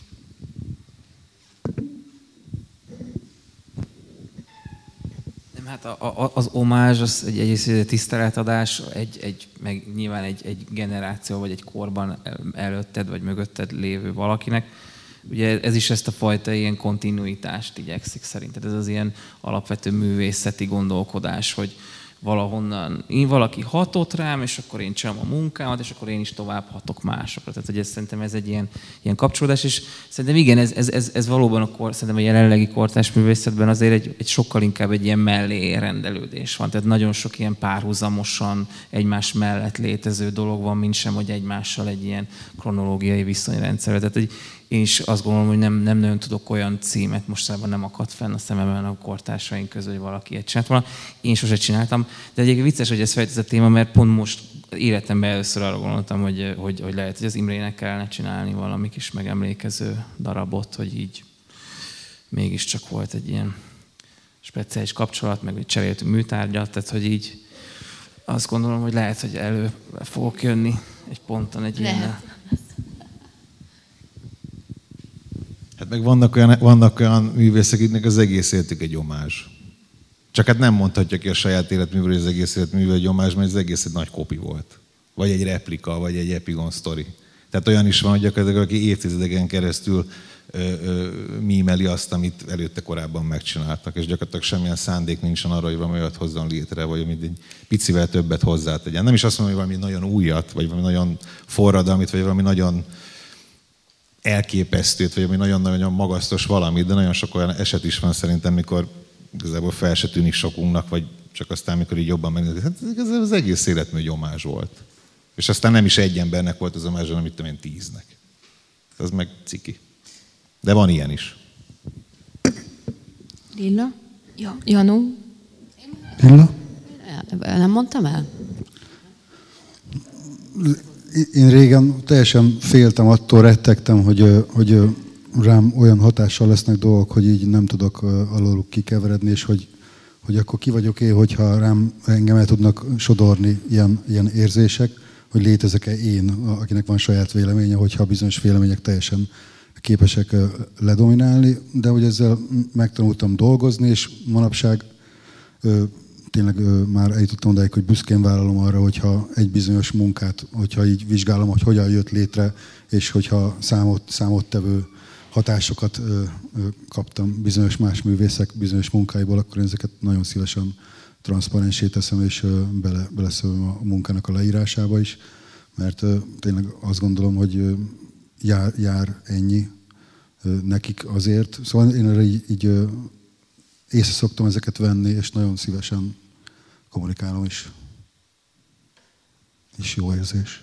Hát az omázs, az egy tiszteletadás, meg nyilván egy generáció, vagy egy korban előtted, vagy mögötted lévő valakinek. Ugye ez is ezt a fajta ilyen kontinuitást igyekszik szerinted. Ez az ilyen alapvető művészeti gondolkodás, hogy valahonnan valaki hatott rám, és akkor én csinálom a munkámat, és akkor én is tovább hatok másokra. Tehát hogy szerintem ez egy ilyen kapcsolódás, és szerintem igen, ez valóban szerintem a jelenlegi kortárs művészetben azért egy sokkal inkább egy ilyen mellé rendelődés van. Tehát nagyon sok ilyen párhuzamosan egymás mellett létező dolog van, mint sem, hogy egymással egy ilyen kronológiai viszonyrendszer. Tehát én is azt gondolom, hogy nem nagyon tudok olyan címet, mostanában nem akadt fenn a szememben a kortársaink közül, hogy valaki ilyet csinált volna. Én sose csináltam, de egyébként vicces, hogy ez felejt ez a téma, mert pont most életemben először arra gondoltam, hogy lehet, hogy az Imrének kellene csinálni valami kis megemlékező darabot, hogy így mégiscsak volt egy ilyen speciális kapcsolat, meg hogy cseréltünk műtárgyat, tehát hogy így azt gondolom, hogy lehet, hogy elő fogok jönni egy ponton egy ilyennel. Hát meg vannak olyan művészek, akiknek az egész életük egy omázs. Csak hát nem mondhatja ki a saját életművel, hogy az egész életművel egy omázs, mert az egész egy nagy kopi volt. Vagy egy replika, vagy egy epigon sztori. Tehát olyan is van, hogy gyakorlatilag aki évtizedeken keresztül mímeli azt, amit előtte korábban megcsináltak, és gyakorlatilag semmilyen szándék nincsen arra, hogy valami olyat hozzon létre, vagy amit egy picivel többet hozzátegyen. Nem is azt mondom, hogy valami nagyon újat, vagy valami nagyon forradalmit, vagy valami nagyon elképesztőt, vagy valami nagyon-nagyon magasztos valamit, de nagyon sok olyan eset is van szerintem, mikor igazából fel se tűnik sokunknak, vagy csak aztán, mikor így jobban megnézik. Hát az egész életmű egy omázs volt. És aztán nem is egy embernek volt az omázs, hanem mit tudom én 10-nek. Ez meg ciki. De van ilyen is. Lilla? Janó? Lilla? Nem mondtam el? Én régen teljesen féltem attól, rettegtem, hogy rám olyan hatással lesznek dolgok, hogy így nem tudok alóluk kikeveredni, és hogy akkor ki vagyok én, hogyha engem el tudnak sodorni ilyen érzések, hogy létezek-e én, akinek van saját véleménye, hogyha bizonyos vélemények teljesen képesek ledominálni, de hogy ezzel megtanultam dolgozni, és manapság tényleg már eljutottam odáig, hogy büszkén vállalom arra, hogyha egy bizonyos munkát, hogyha így vizsgálom, hogy hogyan jött létre, és hogyha számottevő hatásokat kaptam bizonyos más művészek bizonyos munkáiból, akkor én ezeket nagyon szívesen transzparensé teszem, és beleszövöm a munkának a leírásába is, mert tényleg azt gondolom, hogy jár ennyi nekik azért. Szóval én erre így észre szoktam ezeket venni, és nagyon szívesen kommunikálom is. És jó érzés.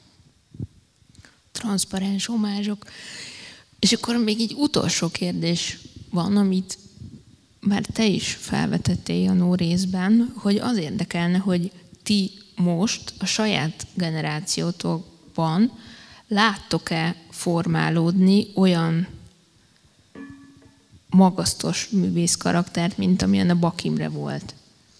Transzparens omázsok. És akkor még egy utolsó kérdés van, amit már te is felvetettél, Janó, részben, hogy az érdekelne, hogy ti most a saját generációtokban láttok-e formálódni olyan magasztos művész karaktert, mint amilyen a Bak Imre volt?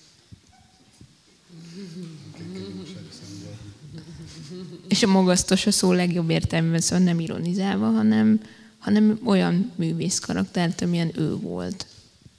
És a magasztos a szó legjobb értelemben, szóval nem ironizálva, hanem olyan művész karaktert, amilyen ő volt.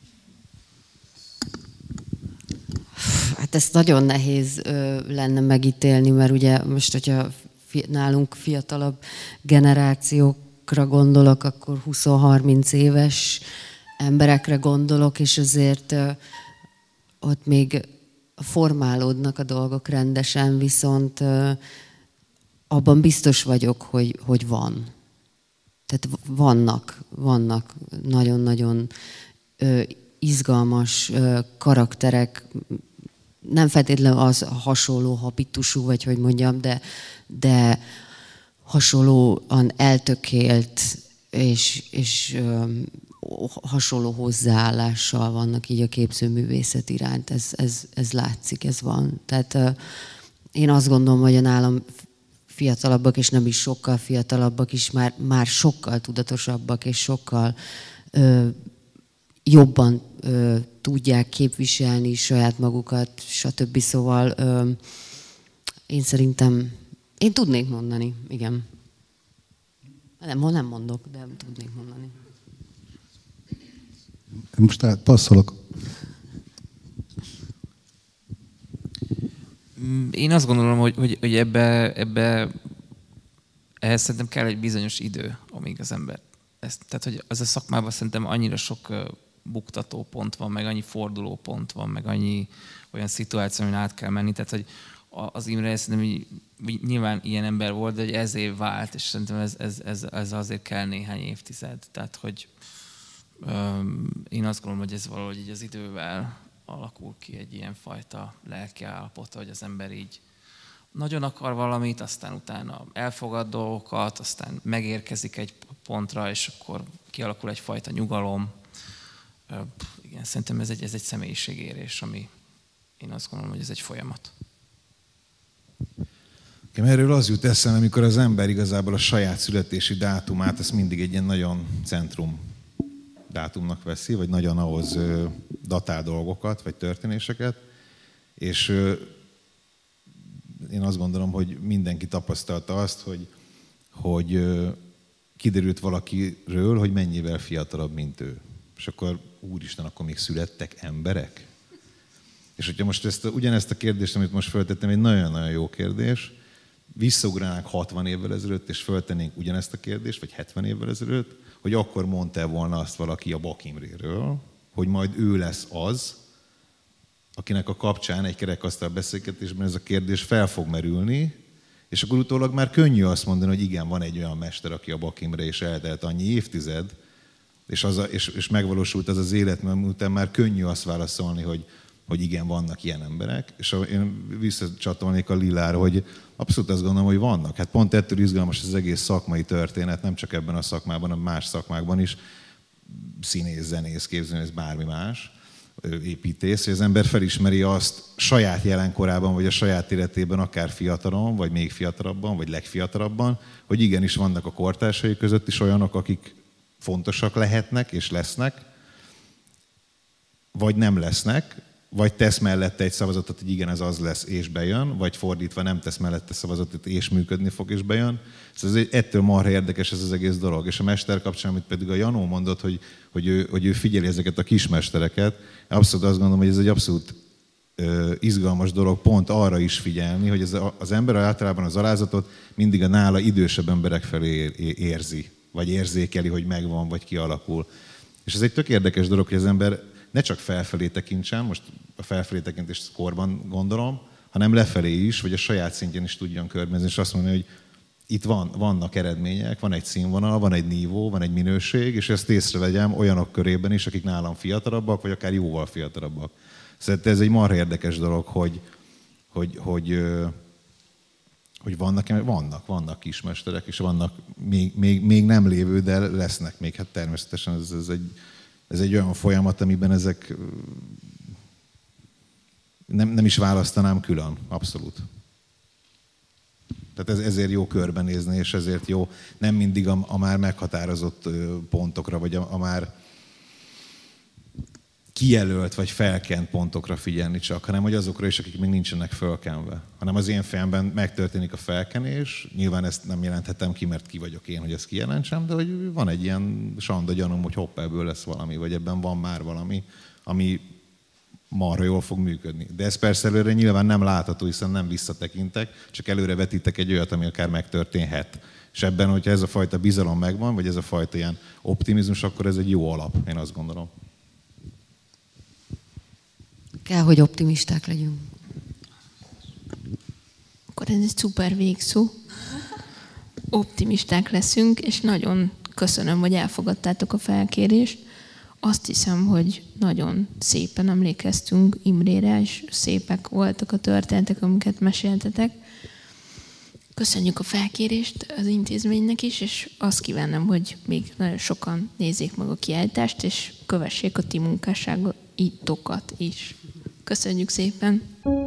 Hát ezt nagyon nehéz lenne megítélni, mert ugye most, hogyha nálunk fiatalabb generációkra gondolok, akkor 20-30 éves emberekre gondolok, és azért ott még formálódnak a dolgok rendesen, viszont abban biztos vagyok, hogy van. Tehát vannak nagyon-nagyon izgalmas karakterek, nem feltétlenül az hasonló habitusú, vagy hogy mondjam, de hasonlóan eltökélt és hasonló hozzáállással vannak így a képzőművészet iránt. Ez látszik, ez van. Tehát én azt gondolom, hogy a nálam fiatalabbak, és nem is sokkal fiatalabbak is már sokkal tudatosabbak, és sokkal jobban tudják képviselni saját magukat, stb. Szóval én szerintem, én tudnék mondani, igen. Nem mondok, de tudnék mondani. Most passzolok. Én azt gondolom, hogy ebbe ehhez szerintem kell egy bizonyos idő, amíg az ember tehát, hogy az a szakmában szerintem annyira sok buktató pont van, meg annyi forduló pont van, meg annyi olyan szituáció, amin át kell menni. Tehát, hogy az Imre szerintem nyilván ilyen ember volt, de hogy ezért vált, és szerintem ez azért kell néhány évtized. Tehát, hogy én azt gondolom, hogy ez valahogy így az idővel alakul ki egy ilyen fajta lelki állapot, hogy az ember így nagyon akar valamit, aztán utána elfogad dolgokat, aztán megérkezik egy pontra, és akkor kialakul egyfajta nyugalom. Igen, szerintem ez egy személyiségérés, ami én azt gondolom, hogy ez egy folyamat. Erről az jut eszembe, amikor az ember igazából a saját születési dátumát, ez mindig egy ilyen nagyon centrum dátumnak veszi, vagy nagyon ahhoz datál dolgokat, vagy történéseket, és én azt gondolom, hogy mindenki tapasztalta azt, hogy kiderült valakiről, hogy mennyivel fiatalabb, mint ő. És akkor, úristen, akkor még születtek emberek? És hogyha most ugyanezt a kérdést, amit most föltettem, egy nagyon-nagyon jó kérdés, visszaugránánk 60 évvel ezelőtt, és föltennénk ugyanezt a kérdést, vagy 70 évvel ezelőtt, hogy akkor mondta volna azt valaki a Bak Imréről, hogy majd ő lesz az, akinek a kapcsán egy kerekasztal beszélgetésben ez a kérdés fel fog merülni, és akkor utólag már könnyű azt mondani, hogy igen, van egy olyan mester, aki a Bak Imre, és eltelt annyi évtized, és megvalósult az élet, mert után már könnyű azt válaszolni, hogy igen, vannak ilyen emberek. És én visszacsatolnék a Lilára, hogy abszolút azt gondolom, hogy vannak. Hát pont ettől izgalmas az egész szakmai történet, nem csak ebben a szakmában, hanem más szakmákban is, színész, zenész, képzőművész, bármi más, építész, hogy az ember felismeri azt saját jelenkorában, vagy a saját életében, akár fiatalon, vagy még fiatalabban, vagy legfiatalabban, hogy igenis vannak a kortársai között is olyanok, akik fontosak lehetnek és lesznek, vagy nem lesznek, vagy tesz mellette egy szavazatot, hogy igen, ez az lesz, és bejön, vagy fordítva nem tesz mellette szavazatot, és működni fog, és bejön. Szóval ettől marha érdekes ez az egész dolog. És a mester kapcsán, amit pedig a Janó mondott, hogy ő figyeli ezeket a kismestereket, abszolút azt gondolom, hogy ez egy abszolút izgalmas dolog pont arra is figyelni, hogy az ember általában az alázatot mindig a nála idősebb emberek felé érzi, vagy érzékeli, hogy megvan, vagy kialakul. És ez egy tök érdekes dolog, hogy az ember ne csak felfelé tekintsen, most a felfelé tekintést korban gondolom, hanem lefelé is, vagy a saját szintjén is tudjon körbenézni, és azt mondani, hogy itt vannak eredmények, van egy színvonal, van egy nívó, van egy minőség, és ezt észrevegyem olyanok körében is, akik nálam fiatalabbak, vagy akár jóval fiatalabbak. Szerintem ez egy marha érdekes dolog, hogy vannak kismesterek, és vannak még nem lévő, de lesznek még. Hát természetesen ez egy olyan folyamat, amiben ezek nem is választanám külön, abszolút. Tehát ezért jó körbenézni, és ezért jó nem mindig a már meghatározott pontokra, vagy a már kijelölt vagy felkent pontokra figyelni csak, hanem hogy azokra is, akik még nincsenek fölkenve. Hanem az én fejemben megtörténik a felkenés, nyilván ezt nem jelenthetem ki, mert ki vagyok én, hogy ezt kijelentsem, de hogy van egy ilyen sanda gyanúm, hogy hopp, ebből lesz valami, vagy ebben van már valami, ami marha jól fog működni. De ez persze előre nyilván nem látható, hiszen nem visszatekintek, csak előre vetítek egy olyat, ami akár megtörténhet. És ebben, hogyha ez a fajta bizalom megvan, vagy ez a fajta ilyen optimizmus, akkor ez egy jó alap, én azt gondolom. Kell, hogy optimisták legyünk. Akkor ez egy szuper végszó. Optimisták leszünk, és nagyon köszönöm, hogy elfogadtátok a felkérést. Azt hiszem, hogy nagyon szépen emlékeztünk Imrére, és szépek voltak a történetek, amiket meséltetek. Köszönjük a felkérést az intézménynek is, és azt kívánom, hogy még nagyon sokan nézzék meg a kiállítást, és kövessék a ti munkásságotokat is. Köszönjük szépen!